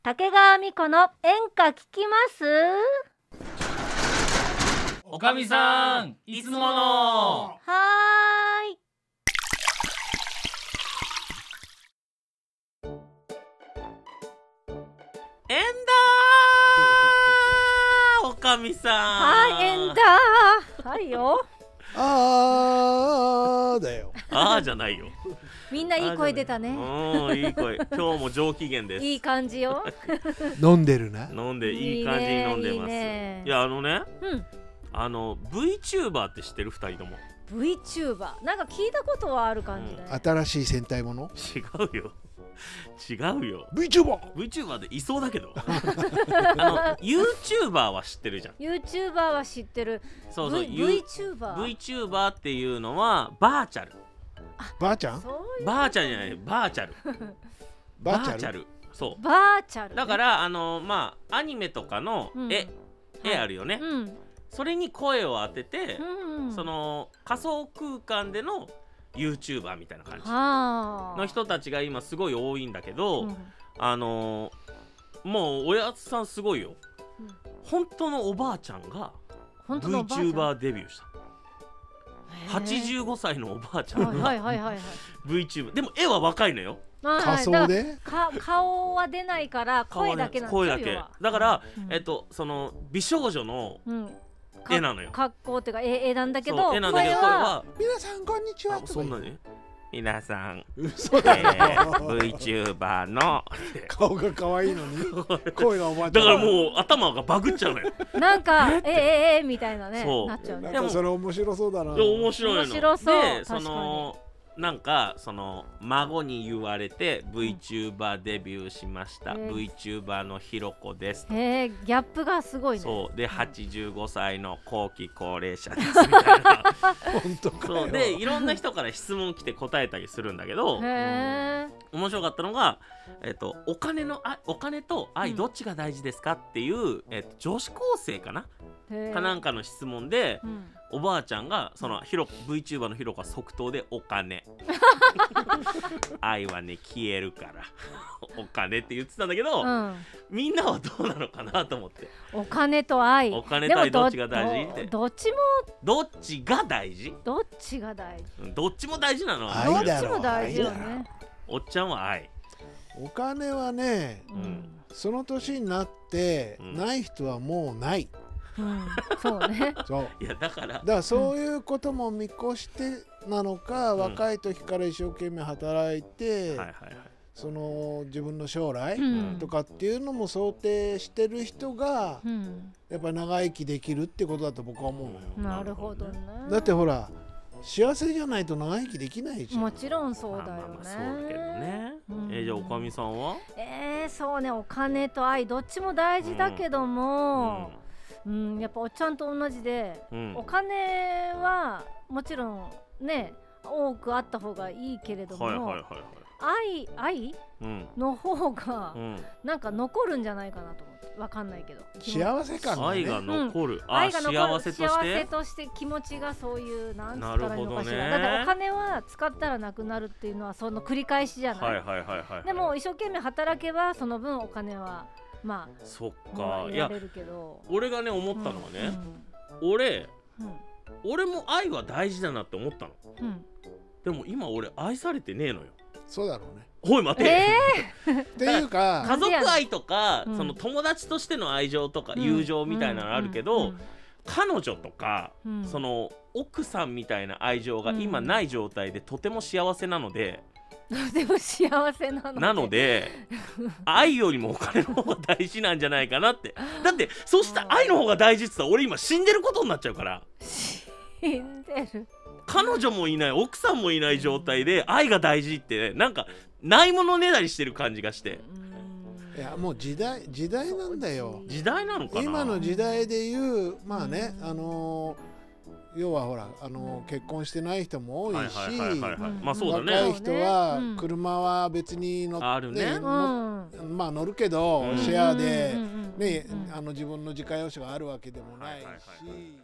竹川美子の演歌聞きます。 おかみさんいつもの。 はーい。 エンダーおかみさん。 はい、エンダー。はいよ。 あーだよ。 あーじゃないよ。 みんないい声出たね。 いい声。今日も上機嫌です。 いい感じよ。 飲んでるな。 飲んでいい感じに飲んでます。いやうん。 VTuber って知ってる2人とも。 VTuber なんか聞いたことはある感じだね。 新しい戦隊もの。 違うよ。違うよ。VTuber でいそうだけど。YouTuber は知ってるじゃん。 YouTuber は知ってる。 そうそう。VTuber っていうのはバーチャル。 ばあちゃん？ バーチャルじゃない、バーチャル。 バーチャル。 そう。 バーチャル。 だからまあアニメとかの絵あるよね。それに声を当てて、その仮想空間での YouTuber みたいな感じの人たちが今すごい多いんだけど、もうおやつさんすごいよ。本当のおばあちゃんが VTuber デビューした。85歳のおばあちゃんが VTuber でも絵は若いのよ。 仮想で顔は出ないから声だけなんですよ。 声だけだからその美少女の絵なのよ。 格好っていうか絵なんだけど、 絵なんだけど声は皆さんこんにちは。 そんなに皆さん嘘だよ。 VTuber の顔が可愛いのに声がおばあちゃん。 だからもう頭がバグっちゃうのよ。 なんかみたいなねなっちゃうね。 でもそれ面白そうだな。 面白いの。 面白そう。 でそのなんかその孫に言われて VTuber デビューしました、VTuber のひろこです。 ギャップがすごいね。 そうで85歳の後期高齢者ですみたいな。 本当かよ。 そうでいろんな人から質問来て答えたりするんだけど、面白かったのがお金と愛どっちが大事ですかっていう女子高生かなかなんかの質問で、おばあちゃんがそのVTuber のひろこは即答でお金愛はね消えるからお金って言ってたんだけど、みんなはどうなのかなと思って。 お金と愛どっちが大事って。 どっちが大事どっちも大事なの。 愛だろ。 どっちも大事よね。 おっちゃんは愛。 お金はね、その年になってない人はもうない。 そうね。 そう。 いやだからそういうことも見越してなのか、若い時から一生懸命働いて、その自分の将来とかっていうのも想定してる人がやっぱ長生きできるってことだと僕は思うのよ。 なるほどね。 だってほら幸せじゃないと長生きできないじゃん。 もちろんそうだよね。 そうだけどね。じゃあおかみさんは？ そうね、お金と愛どっちも大事だけども、やっぱおっちゃんと同じで、お金はもちろんね多くあった方がいいけれども、愛の方がなんか残るんじゃないかなと思って。わかんないけど幸せ感がね。 愛が残る。 幸せとして気持ちがそういうなんつったらいいのかしら。だってお金は使ったらなくなるっていうのはその繰り返しじゃない。でも一生懸命働けばその分お金はまあそっか。 やれるけど、 俺がね思ったのはね、俺も愛は大事だなって思ったの。でも今俺愛されてねえのよ。 そうだろうね。 おい待て。 っていうか家族愛とかその友達としての愛情とか友情みたいなのあるけど、彼女とかその奥さんみたいな愛情が今ない状態でとても幸せなので。 でも幸せなので愛よりもお金の方が大事なんじゃないかなって。だってそうしたら愛の方が大事って言ったら俺今死んでることになっちゃうから。 死んでる。 彼女もいない奥さんもいない状態で愛が大事ってなんかないものねだりしてる感じがして。 いやもう時代なんだよ。 時代なのかな。 今の時代でいうまあね要はほら結婚してない人も多いし、若い人は車は別に乗ってまあ乗るけどシェアでね自分の自家用車があるわけでもないし。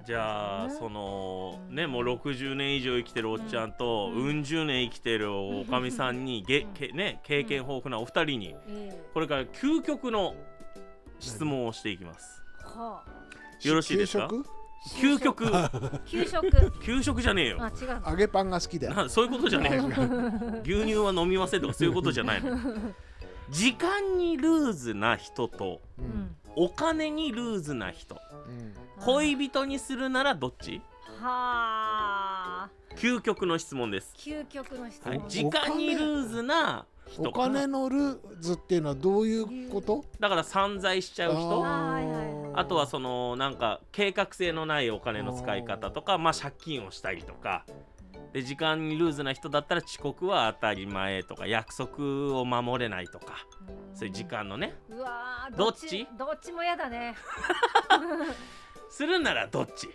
じゃあそのねもう60年以上生きてるおっちゃんとうん十年生きてるおかみさんに経験豊富なお二人にこれから究極の質問をしていきます。よろしいですか？究極給食じゃねえよ。 あ、違う。 揚げパンが好きだよ。 そういうことじゃねえよ。牛乳は飲みませんとかそういうことじゃないの。時間にルーズな人とお金にルーズな人、恋人にするならどっち？ はあ。 究極の質問です。 究極の質問。 時間にルーズな人。 お金のルーズっていうのはどういうこと？ だから散財しちゃう人。あとはそのなんか計画性のないお金の使い方とか、まあ借金をしたりとか。で時間にルーズな人だったら遅刻は当たり前とか約束を守れないとかそういう時間のね。 うわどっち？ どっちも嫌だね。 するならどっち？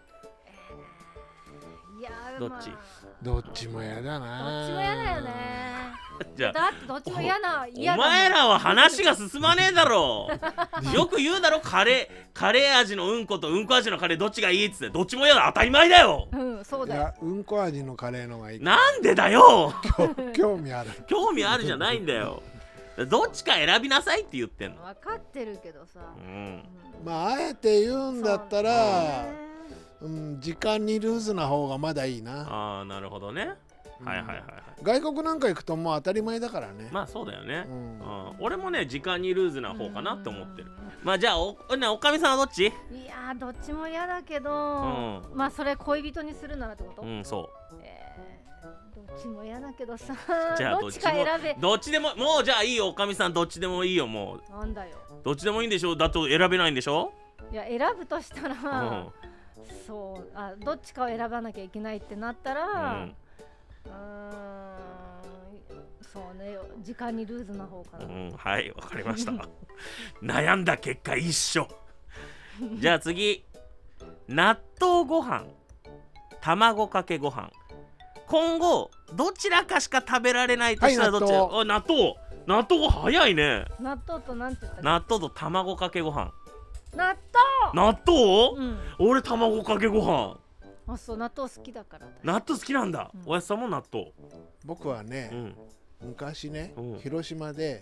いやどっち？ どっちも嫌だな。 どっちも嫌だよね。 じゃあだってどっちも嫌な。 お前らは話が進まねえだろう。よく言うだろカレー味のうんことうんこ味のカレーどっちがいいっつってどっちも嫌だ当たり前だよ。 うんそうだよ。 いやうんこ味のカレーのがいい。 なんでだよ。 興味ある。 興味あるじゃないんだよ。どっちか選びなさいって言ってんの。 分かってるけどさ。 まああえて言うんだったら、時間にルーズな方がまだいいな。 ああなるほどね。はいはいはいはい。 外国なんか行くともう当たり前だからね。 まあそうだよね。俺もね時間にルーズな方かなって思ってる。まあじゃあおかみさんはどっち？いやどっちも嫌だけど、まあそれ恋人にするならってこと？ そう。 どっちも嫌だけどさ。 じゃあどっちか選べ。 どっちでももうじゃあいいよおかみさんどっちでもいいよもう。 なんだよ。 どっちでもいいんでしょ？だと選べないんでしょ？ いや選ぶとしたら、そうどっちかを選ばなきゃいけないってなったら。そうね時間にルーズな方かな。 はいわかりました。悩んだ結果一緒。じゃあ次納豆ご飯卵かけご飯今後どちらかしか食べられないとしたらどっち？納豆が早いね。 納豆となんて言った？ 納豆と卵かけご飯。 納豆？俺卵かけご飯。 あそう納豆好きだから。 納豆好きなんだ。おやさんも納豆。 僕はね、昔ね広島で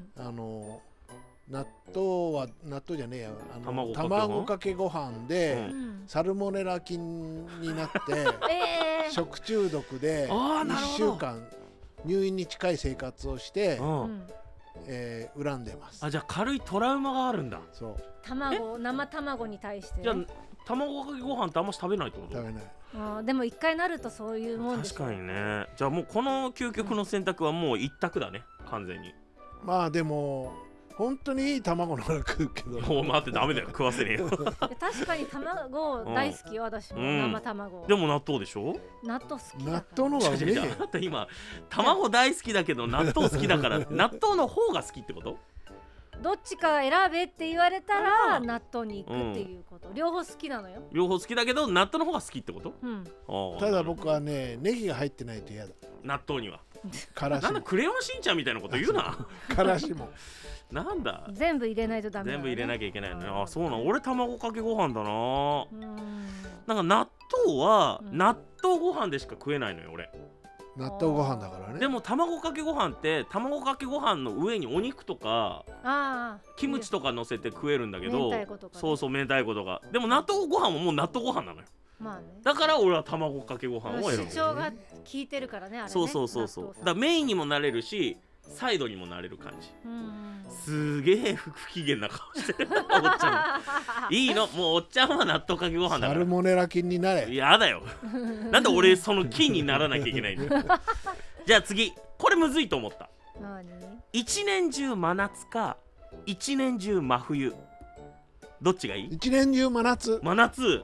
納豆じゃねえや卵かけご飯でサルモネラ菌になって食中毒で1週間入院に近い生活をして恨んでます。 あじゃあ軽いトラウマがあるんだ。 そう生卵に対して。 じゃあ卵かけご飯ってあんまし食べないってこと？ 食べない。 でも一回なるとそういうもんでしょ。 確かにね。じゃあもうこの究極の選択はもう一択だね完全に。 まあでも本当にいい卵なら食うけど。 もう待ってダメだよ食わせねえよ。 確かに卵大好きよ私も生卵。 でも納豆でしょ？ 納豆好き。 納豆の方がうめえよ。 だって今卵大好きだけど納豆好きだから納豆の方が好きってこと？ どっちか選べって言われたら納豆に行くっていうこと。両方好きなのよ。 両方好きだけど納豆の方が好きってこと？ ただ僕はねネギが入ってないと嫌だ。 納豆には。 からし。 なんだクレヨンしんちゃんみたいなこと言うな。 からしも。 なんだ。 全部入れないとダメ。 全部入れなきゃいけないのね。あそうなの。俺卵かけご飯だな。なんか納豆は納豆ご飯でしか食えないのよ俺。 納豆ご飯だからね。 でも卵かけご飯って卵かけご飯の上にお肉とかキムチとか乗せて食えるんだけど、そうそう明太子とか。でも納豆ご飯ももう納豆ご飯なのよ。 まあね。 だから俺は卵かけご飯を選ぶ。 主張が効いてるからねあれね。 そう。だからメインにもなれるしサイドにもなれる感じ。すげえ不機嫌な顔してるおっちゃん。いいのもうおっちゃんは納豆かけご飯だから。 サルモネラ菌になれ。 やだよ。なんで俺その菌にならなきゃいけないの。じゃあ次これむずいと思った。一年中真夏か一年中真冬どっちがいい？ 一年中真夏。 真夏。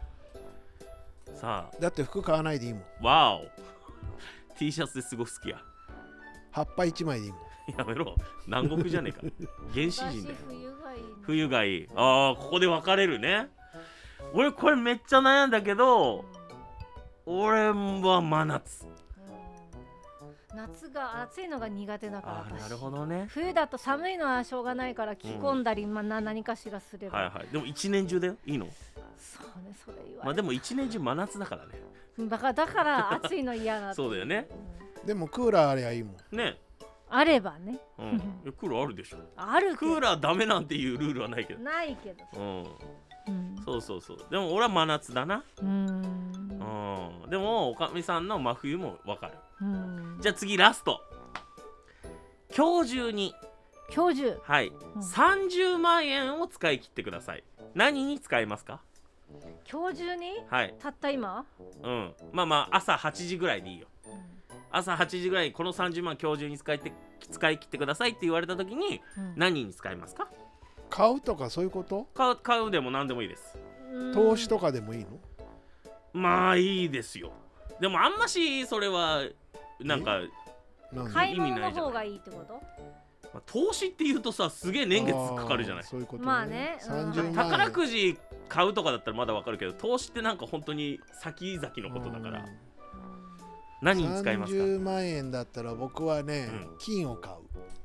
さあだって服買わないでいいもん。 わお。T シャツですごく好きや。 葉っぱ一枚でいいもん。 やめろ南国じゃねえか。原始人だよ。冬がいい。ああここで分かれるね。俺これめっちゃ悩んだけど俺は真夏。 夏が暑いのが苦手だから。 なるほどね。 冬だと寒いのはしょうがないから着込んだり、何かしらすれば。 はいはい。でも一年中だよ。いいの？ そうね、それ言われる。 まあでも一年中真夏だからね。 だから暑いの嫌だ。 そうだよね。 でもクーラーありゃいいもん。 ね。 あればね。 クーラーあるでしょ。 あるけど。 クーラーダメなんていうルールはないけど。 ないけど。 そうそうそう。でも俺は真夏だな。でもおかみさんの真冬もわかる。じゃあ次ラスト。今日中に。 今日中。 はい。30万円を使い切ってください。何に使いますか？ 今日中に？ はい。 たった今？ まあ朝8時ぐらいでいいよ。朝8時ぐらいにこの30万今日中に使い切ってくださいって言われた時に何に使いますか？ 買うとかそういうこと？ 買うでも何でもいいです。 投資とかでもいいの？ まあいいですよ。でもあんましそれはなんか買い物の方がいいってこと？ 投資っていうとさ、すげえ年月かかるじゃない。 そういうことね。 まあね、 宝くじ買うとかだったらまだわかるけど、投資ってなんか本当に先々のことだから。何に使いますか ？30万円だったら僕はね、金を買う。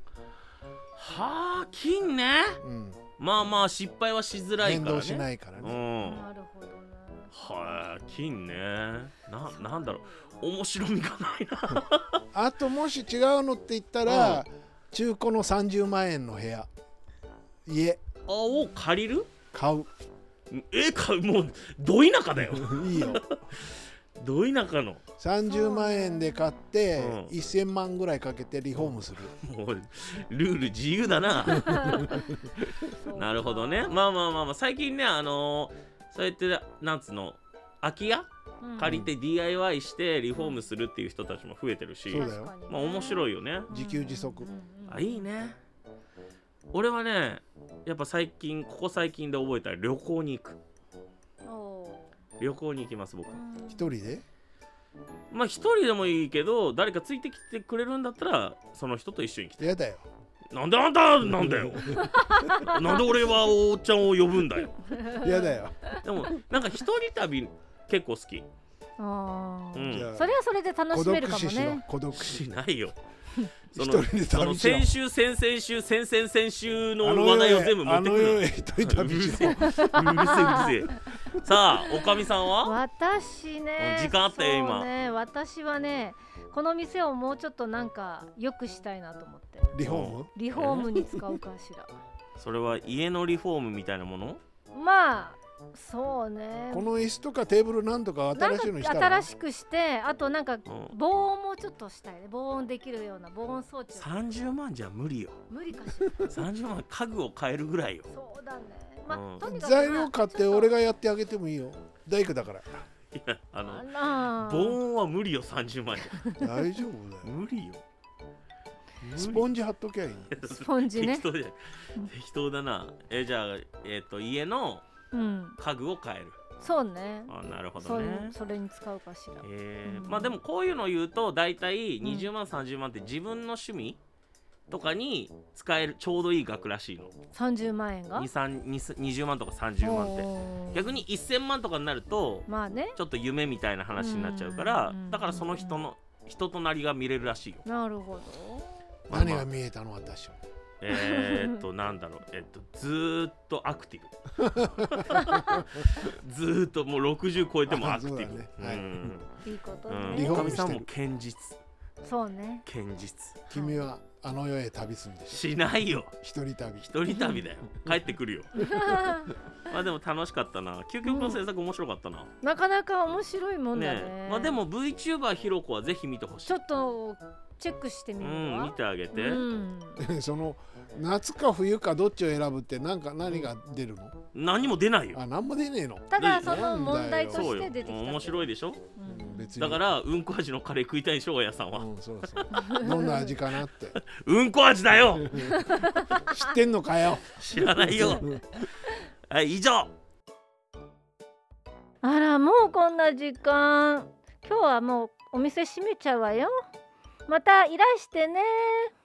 はあ、金ね。まあまあ失敗はしづらいからね。 変動しないからね。 なるほどね。 はあ、金ね。なんだろう、面白みがないな。 あともし違うのって言ったら、中古の30万円の部屋、家を借りる？ 買う。 もうど田舎だよ。 いいよ。 ど田舎の 30万円で買って1000万ぐらいかけてリフォームする。 もうルール自由だな。なるほどね。まあ最近ね、そうやってなんつうの、空き家借りて DIY してリフォームするっていう人たちも増えてるし、 そうだよ。 まあ面白いよね。 自給自足。 いいね。俺はね、やっぱここ最近で覚えたら旅行に行く。旅行に行きます僕。 一人で？ まあ一人でもいいけど、誰かついてきてくれるんだったらその人と一緒に来て。 やだよ。 なんであんたなんだよ。なんで俺はおっちゃんを呼ぶんだよ。 やだよ。 でもなんか一人旅結構好き。 それはそれで楽しめるかもね。 孤独死しないよ。 その先週先々週先々週の話題を全部持ってくる。うるせえ。さあ、おかみさんは？ 私ね、 時間あったよ今。 私はね、この店をもうちょっとなんか良くしたいなと思って。 リフォーム？ リフォームに使うかしら。 それは家のリフォームみたいなもの？ まあそうね。 この椅子とかテーブルなんとか新しいのしたら？ 新しくして、あとなんか防音もちょっとしたいね。防音できるような防音装置。 30万じゃ無理よ。 無理かしら。 30万家具を買えるぐらいよ。 そうだね。まあとにかく材料買って俺がやってあげてもいいよ。大工だから。 いや、防音は無理よ。30万じゃ。 大丈夫だよ。 無理よ。 スポンジ貼っときゃいい。 スポンジね。 適当だな。じゃあ家の家具を変える。 そうね。 なるほどね。 それに使うかしら。 まあでもこういうの言うとだいたい20万30万って自分の趣味とかに使えるちょうどいい額らしいの。 30万円が 20万とか30万って。逆に1000万とかになるとまあね、 ちょっと夢みたいな話になっちゃうから、だからその人となりが見れるらしいよ。 なるほど。 何が見えたの私は。 なんだろう、ずーっとアクティブ。ずーっともう60超えてもアクティブ。 いいことね。 おかみさんも堅実。 そうね。 堅実。 君はあの世へ旅するんでしょ？ しないよ。 一人旅。 一人旅だよ。帰ってくるよ。まあでも楽しかったな。究極の制作面白かったな。 なかなか面白いもんだね。 まあでも VTuber ひろこはぜひ見てほしい。 ちょっとチェックしてみるわ。 見てあげて。 その夏か冬かどっちを選ぶって何が出るの？ 何も出ないよ。 何も出ねえの。 ただその問題として出てきた。 面白いでしょ。だからうんこ味のカレー食いたいでしょ、親さんは。 そうどんな味かなって。 うんこ味だよ。 知ってんのかよ。 知らないよ。はい、以上。 あら、もうこんな時間。今日はもうお店閉めちゃうわよ。またいらしてね。